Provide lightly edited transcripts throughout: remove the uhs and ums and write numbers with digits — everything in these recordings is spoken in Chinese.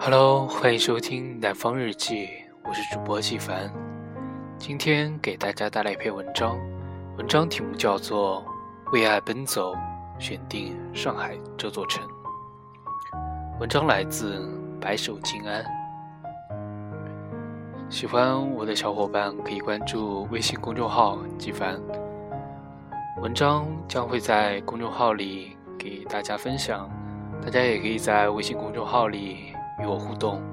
Hello， 欢迎收听南方日记，我是主播季凡。今天给大家带来一篇文章，文章题目叫做《为爱奔走，选定上海这座城》。文章来自白手静安。喜欢我的小伙伴可以关注微信公众号季凡，文章将会在公众号里给大家分享，大家也可以在微信公众号里与我互动。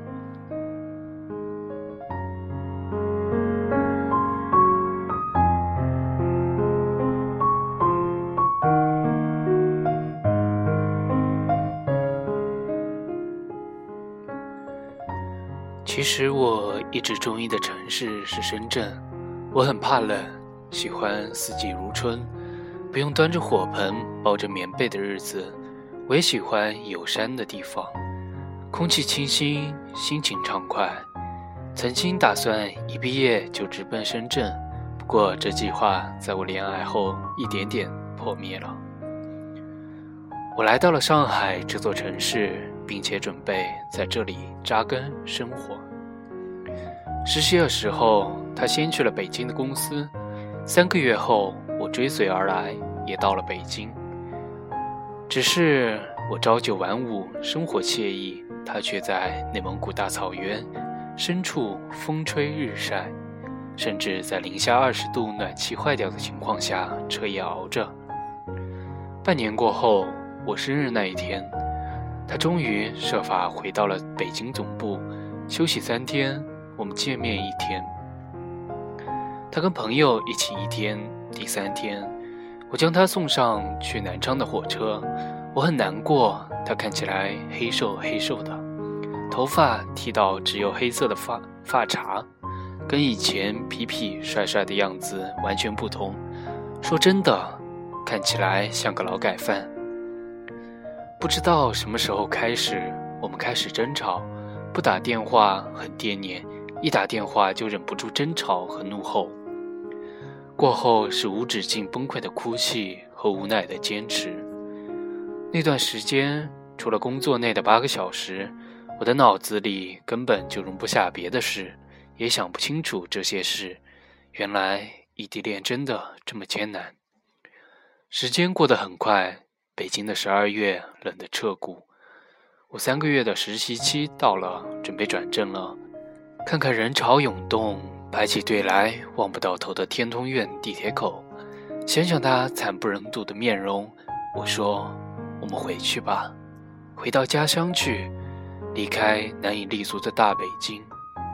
其实我一直中意的城市是深圳，我很怕冷，喜欢四季如春，不用端着火盆抱着棉被的日子，我也喜欢有山的地方，空气清新，心情畅快。曾经打算一毕业就直奔深圳，不过这计划在我恋爱后一点点破灭了。我来到了上海这座城市，并且准备在这里扎根生活。实习的时候，他先去了北京的公司，3个月后我追随而来，也到了北京。只是我朝九晚五，生活惬意，他却在内蒙古大草原深处风吹日晒，甚至在零下20度暖气坏掉的情况下彻夜熬着。半年过后，我生日那一天，他终于设法回到了北京总部，休息3天，我们见面1天。他跟朋友一起1天，第3天我将他送上去南昌的火车，我很难过，他看起来黑瘦黑瘦的，头发剃到只有黑色的发茬，跟以前痞痞帅帅的样子完全不同，说真的，看起来像个劳改犯。不知道什么时候开始，我们开始争吵，不打电话很惦念，一打电话就忍不住争吵和怒吼。过后是无止境崩溃的哭泣和无奈的坚持。那段时间，除了工作内的8个小时，我的脑子里根本就容不下别的事，也想不清楚这些事。原来异地恋真的这么艰难。时间过得很快，北京的12月冷得彻骨。我3个月的实习期到了，准备转正了。看看人潮涌动，排起队来望不到头的天通苑地铁口，想想他惨不忍睹的面容，我说，我们回去吧，回到家乡去，离开难以立足的大北京。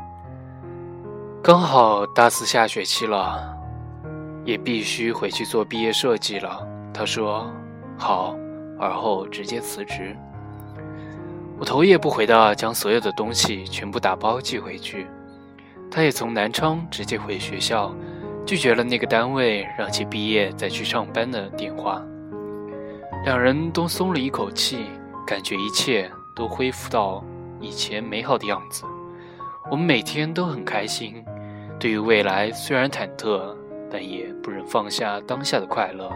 刚好大4下学期了，也必须回去做毕业设计了。他说好，而后直接辞职。我头也不回地将所有的东西全部打包寄回去。他也从南昌直接回学校，拒绝了那个单位让其毕业再去上班的电话。两人都松了一口气，感觉一切都恢复到以前美好的样子。我们每天都很开心，对于未来虽然忐忑，但也不忍放下当下的快乐。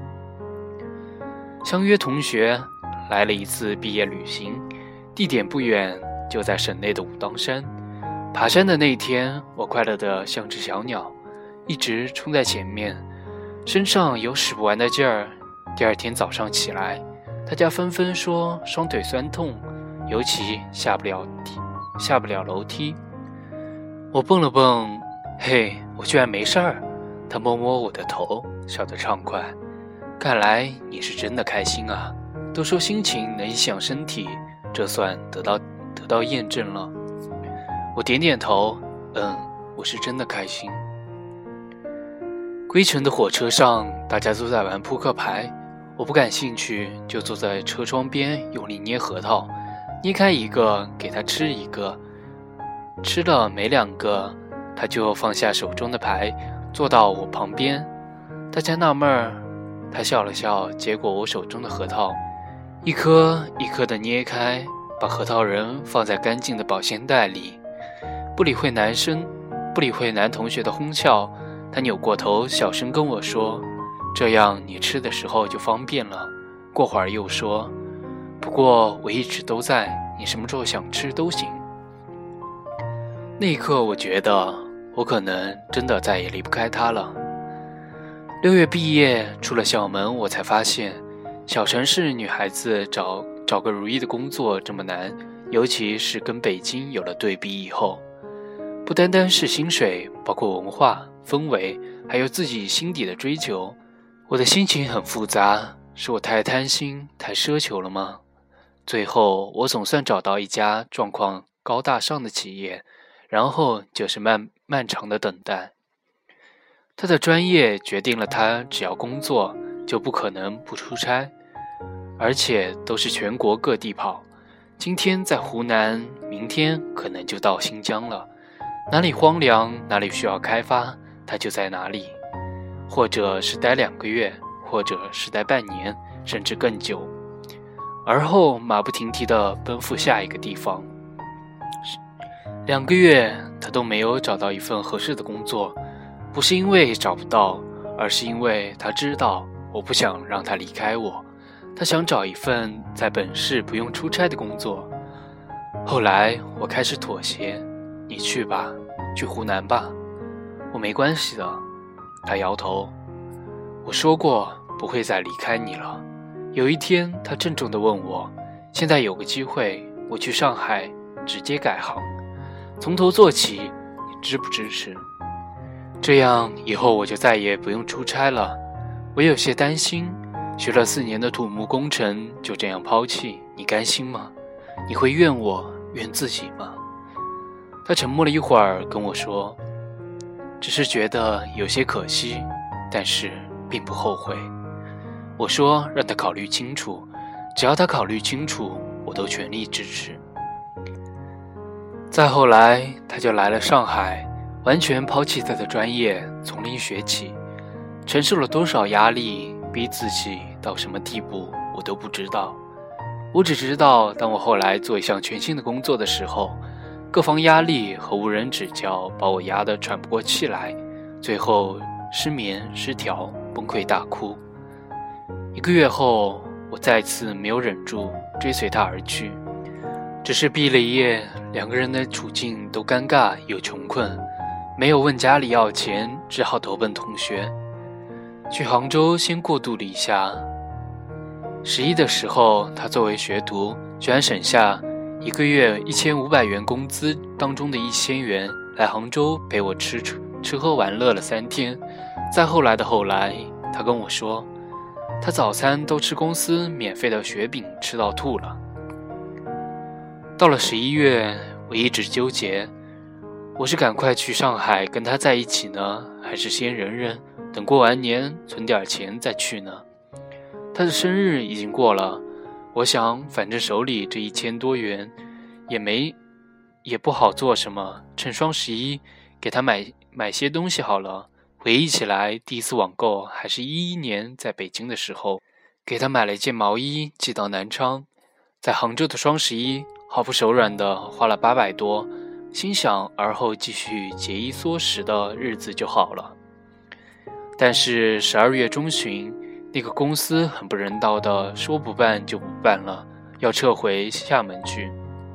相约同学来了一次毕业旅行，地点不远，就在省内的武当山。爬山的那一天，我快乐得像只小鸟，一直冲在前面，身上有使不完的劲儿。第2天早上起来，大家纷纷说双腿酸痛，尤其下不了楼梯。我蹦了蹦，嘿，我居然没事儿。他摸摸我的头，笑得畅快。看来你是真的开心啊，都说心情能影响身体，这算得到验证了。我点点头，我是真的开心。归程的火车上，大家都在玩扑克牌，我不感兴趣，就坐在车窗边用力捏核桃，捏开一个给他吃一个，吃了没2个，他就放下手中的牌，坐到我旁边。大家纳闷儿，他笑了笑，接过我手中的核桃，一颗一颗地捏开，把核桃仁放在干净的保鲜袋里。不理会男同学的哄笑，他扭过头小声跟我说，这样你吃的时候就方便了。过会儿又说，不过我一直都在， 你什么时候想吃都行。那一刻我觉得我可能真的再也离不开他了。6月毕业出了校门，我才发现小城市女孩子找个如意的工作这么难，尤其是跟北京有了对比以后。不单单是薪水，包括文化氛围，还有自己心底的追求。我的心情很复杂，是我太贪心太奢求了吗？最后我总算找到一家状况高大上的企业，然后就是漫长的等待。他的专业决定了他只要工作就不可能不出差，而且都是全国各地跑。今天在湖南，明天可能就到新疆了，哪里荒凉哪里需要开发，他就在哪里，或者是待2个月，或者是待半年，甚至更久，而后马不停蹄地奔赴下一个地方。2个月他都没有找到一份合适的工作，不是因为找不到，而是因为他知道我不想让他离开我，他想找一份在本市不用出差的工作。后来我开始妥协，你去吧，去湖南吧，我没关系的。他摇头，我说过不会再离开你了。有一天他郑重地问我，现在有个机会，我去上海直接改行，从头做起，你支不支持？这样以后我就再也不用出差了。我有些担心，学了4年的土木工程就这样抛弃，你甘心吗？你会怨我怨自己吗？他沉默了一会儿跟我说，只是觉得有些可惜，但是并不后悔。我说让他考虑清楚，只要他考虑清楚，我都全力支持。再后来他就来了上海，完全抛弃他的专业，从零学起，承受了多少压力，逼自己到什么地步，我都不知道。我只知道当我后来做一项全新的工作的时候，各方压力和无人指教把我压得喘不过气来，最后失眠失调崩溃大哭。1个月后，我再次没有忍住追随他而去。只是毕了业，2个人的处境都尴尬又穷困，没有问家里要钱，只好投奔同学。去杭州先过渡了一下，11的时候他作为学徒居然省下1个月1500元工资当中的1000元来杭州陪我吃喝玩乐了3天。再后来的后来，他跟我说他早餐都吃公司免费的雪饼吃到吐了。到了11月，我一直纠结，我是赶快去上海跟他在一起呢，还是先忍忍，等过完年存点钱再去呢？他的生日已经过了，我想反正手里这1000多元也不好做什么，趁双11给他买些东西好了。回忆起来，第一次网购还是11年在北京的时候，给他买了一件毛衣寄到南昌，在杭州的双11毫不手软的花了800多，心想而后继续节衣缩食的日子就好了。但是12月中旬，那个公司很不人道的说不办就不办了，要撤回厦门去。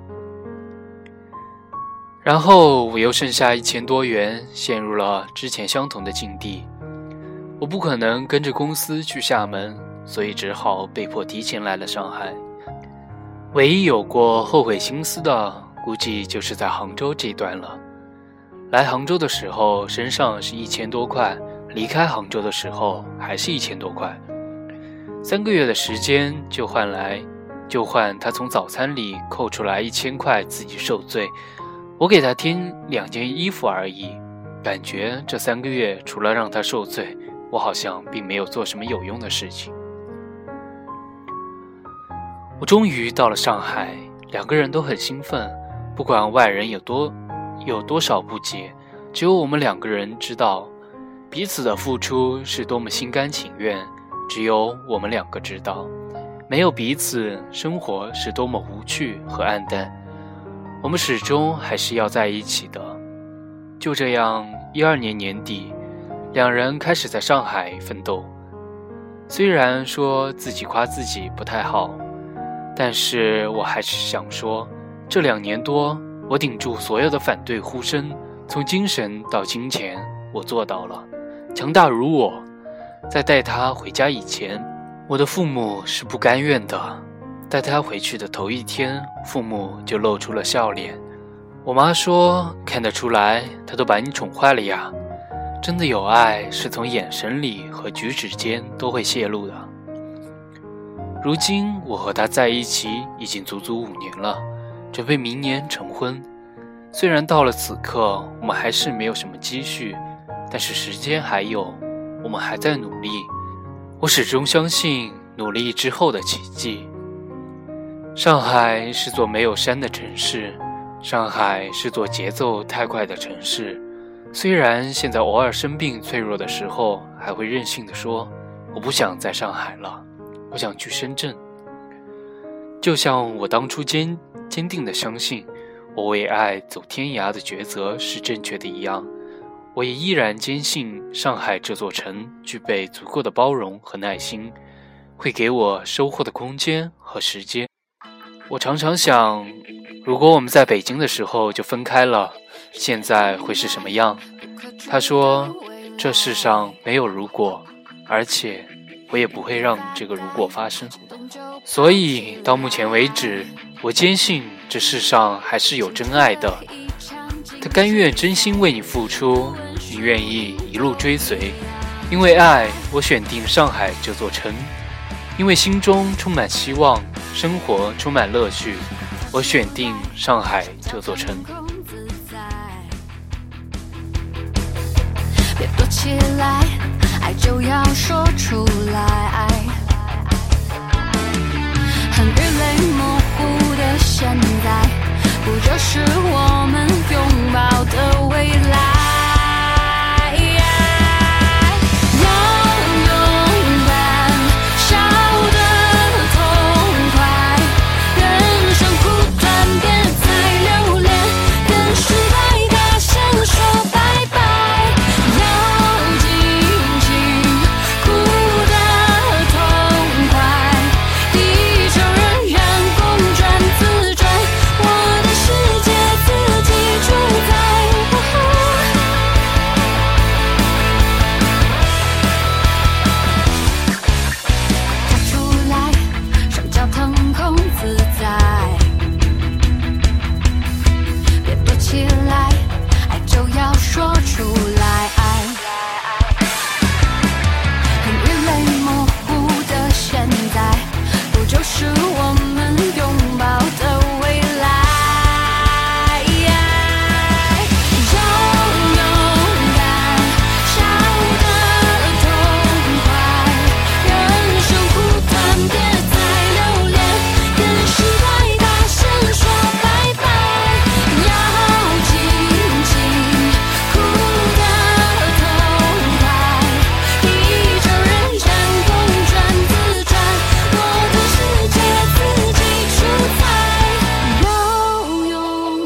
然后我又剩下1000多元，陷入了之前相同的境地。我不可能跟着公司去厦门，所以只好被迫提前来了上海。唯一有过后悔心思的，估计就是在杭州这段了。来杭州的时候身上是1000多块，离开杭州的时候还是1000多块。3个月的时间就换他从早餐里扣出来1000块自己受罪，我给他添2件衣服而已。感觉这3个月除了让他受罪，我好像并没有做什么有用的事情。我终于到了上海，2个人都很兴奋，不管外人有多少不解，只有我们2个人知道彼此的付出是多么心甘情愿，只有我们2个知道，没有彼此，生活是多么无趣和暗淡。我们始终还是要在一起的。就这样，12年年底，2人开始在上海奋斗。虽然说自己夸自己不太好， 但是我还是想说，这2年多，我顶住所有的反对呼声，从精神到金钱，我做到了。强大如我，在带他回家以前，我的父母是不甘愿的。带他回去的头1天，父母就露出了笑脸。我妈说，看得出来，他都把你宠坏了呀。真的有爱，是从眼神里和举止间都会泄露的。如今我和他在一起已经足足5年了，准备明年成婚。虽然到了此刻，我们还是没有什么积蓄，但是时间还有，我们还在努力。我始终相信努力之后的奇迹。上海是座没有山的城市，上海是座节奏太快的城市。虽然现在偶尔生病脆弱的时候，还会任性地说，我不想在上海了，我想去深圳。就像我当初坚定地相信我为爱走天涯的抉择是正确的一样，我也依然坚信上海这座城具备足够的包容和耐心，会给我收获的空间和时间。我常常想，如果我们在北京的时候就分开了，现在会是什么样？他说，这世上没有如果，而且我也不会让这个如果发生。所以到目前为止，我坚信这世上还是有真爱的，他甘愿真心为你付出，你愿意一路追随。因为爱，我选定上海这座城，因为心中充满希望，生活充满乐趣，我选定上海这座城。 别躲起来，爱就要说出来，很日泪模糊的现在，不就是我们拥抱的未来？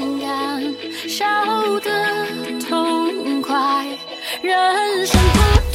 笑得痛快，人生不